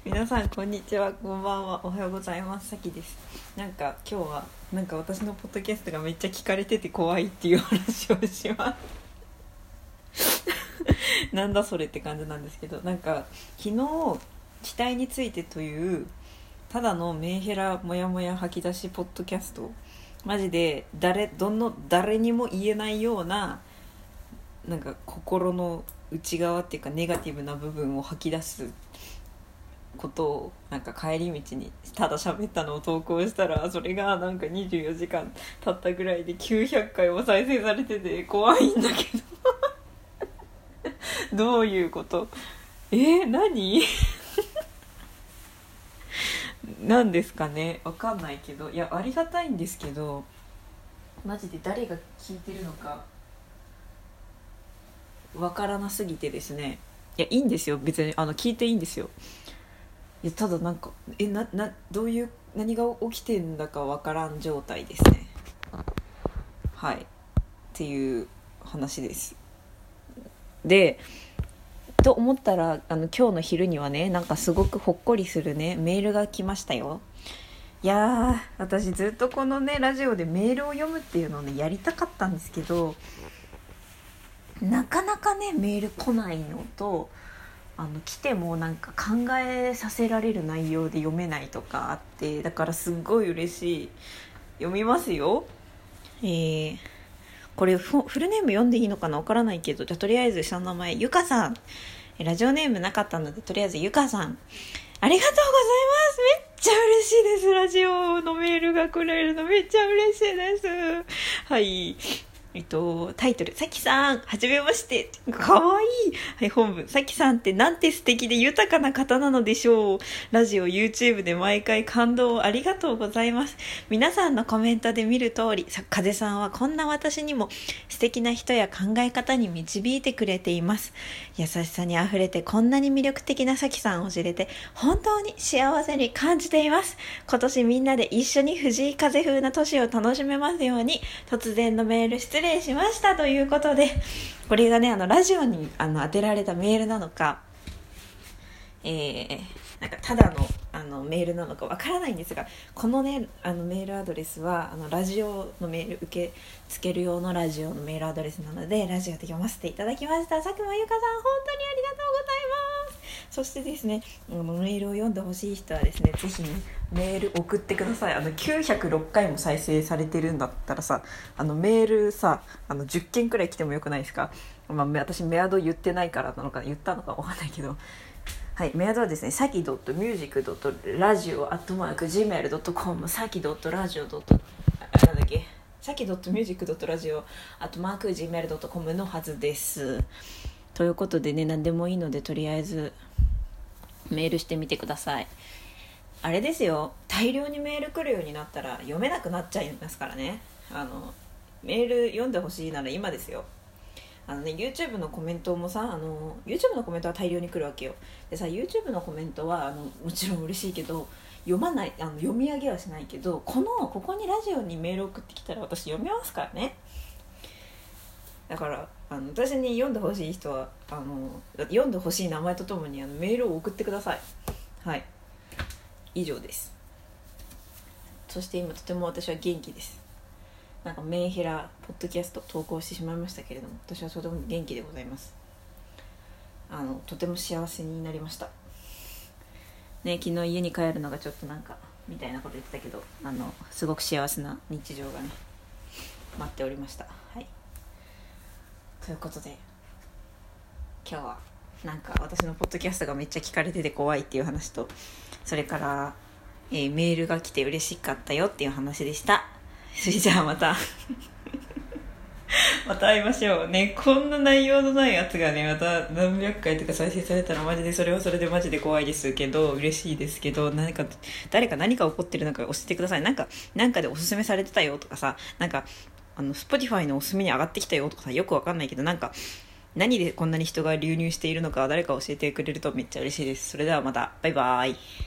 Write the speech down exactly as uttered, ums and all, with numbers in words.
皆さんこんにちは、こんばんは、おはようございます。さきです。なんか今日はなんか私のポッドキャストがめっちゃ聞かれてて怖いっていう話をしますなんだそれって感じなんですけど、なんか昨日期待についてというただのメンヘラもやもや吐き出しポッドキャスト、マジで誰どの誰にも言えないようななんか心の内側っていうかネガティブな部分を吐き出すことをなんか帰り道にただ喋ったのを投稿したら、それがなんかにじゅうよじかん経ったぐらいできゅうひゃっかいも再生されてて怖いんだけどどういうこと？えー、何なんですかね、わかんないけど、いやありがたいんですけど、マジで誰が聞いてるのかわからなすぎてですね。いやいいんですよ、別にあの聞いていいんですよ。いやただなんかえななどういう何が起きてんだかわからん状態ですね。はいっていう話です。でと思ったらあの今日の昼にはね、なんかすごくほっこりするねメールが来ましたよ。いやー私ずっとこのねラジオでメールを読むっていうのをねやりたかったんですけど、なかなかねメール来ないのと、あの来てもなんか考えさせられる内容で読めないとかあって、だからすっごい嬉しい。読みますよ。えー、これフルネーム読んでいいのかなわからないけど、じゃあとりあえず下の名前ゆかさん、ラジオネームなかったのでとりあえずゆかさん、ありがとうございます。めっちゃ嬉しいです。ラジオのメールが来れるのめっちゃ嬉しいです。はい、えっと、タイトル、さきさん、はじめまして。かわいい。はい、本文、さきさんってなんて素敵で豊かな方なのでしょう。ラジオ、YouTube で毎回感動をありがとうございます。皆さんのコメントで見る通り、風さんはこんな私にも素敵な人や考え方に導いてくれています。優しさにあふれてこんなに魅力的なさきさんを知れて、本当に幸せに感じています。今年みんなで一緒に藤井風風な年を楽しめますように、突然のメール失礼失礼しましたということで、これがねあのラジオにあの当てられたメールなのか、えー、なんかただのあのメールなのかわからないんですが、このねあのメールアドレスはあのラジオのメール受け付ける用のラジオのメールアドレスなので、ラジオで読ませていただきました。佐久間由香さん、本当にありがとうございます。そしてですね、あのメールを読んでほしい人はですね、ぜひ、ね、メール送ってください。あのきゅうひゃくろっかいも再生されてるんだったらさ、あのメールさあのじゅっけんくらい来てもよくないですか？まあ、私メアド言ってないからなのか言ったのかわかんないけど、はい、メアドはですね、さき .music.radio アットマーク ジーメールドットコム、さき .radio. なんだっけ、さき .music.radio アットマーク ジーメールドットコム のはずです。ということでね、何でもいいのでとりあえずメールしてみてください。あれですよ、大量にメール来るようになったら読めなくなっちゃいますからね。あのメール読んでほしいなら今ですよ。あのね、YouTube のコメントもさ、あの YouTube のコメントは大量に来るわけよ。でさ、 YouTube のコメントはあのもちろん嬉しいけど読まない、あの読み上げはしないけど、このここにラジオにメール送ってきたら私読みますからね。だからあの私に読んでほしい人はあの読んでほしい名前とともにあのメールを送ってください。はい、以上です。そして今とても私は元気です。なんかメンヘラポッドキャスト投稿してしまいましたけれども、私はとても元気でございます。あのとても幸せになりましたね。昨日家に帰るのがちょっとなんかみたいなこと言ってたけど、あのすごく幸せな日常がね待っておりました。はい、ということで今日はなんか私のポッドキャストがめっちゃ聞かれてて怖いっていう話と、それから、えー、メールが来て嬉しかったよっていう話でした。それじゃあまたまた会いましょうね。こんな内容のないやつがねまた何百回とか再生されたらマジでそれはそれでマジで怖いですけど、嬉しいですけど、何か誰か何か起こってるのか教えてください。なんかなんかでおすすめされてたよとかさ、なんかあの Spotify のおすすめに上がってきたよとかさ、よくわかんないけど、なんか何でこんなに人が流入しているのか誰か教えてくれるとめっちゃ嬉しいです。それではまた、バイバイ。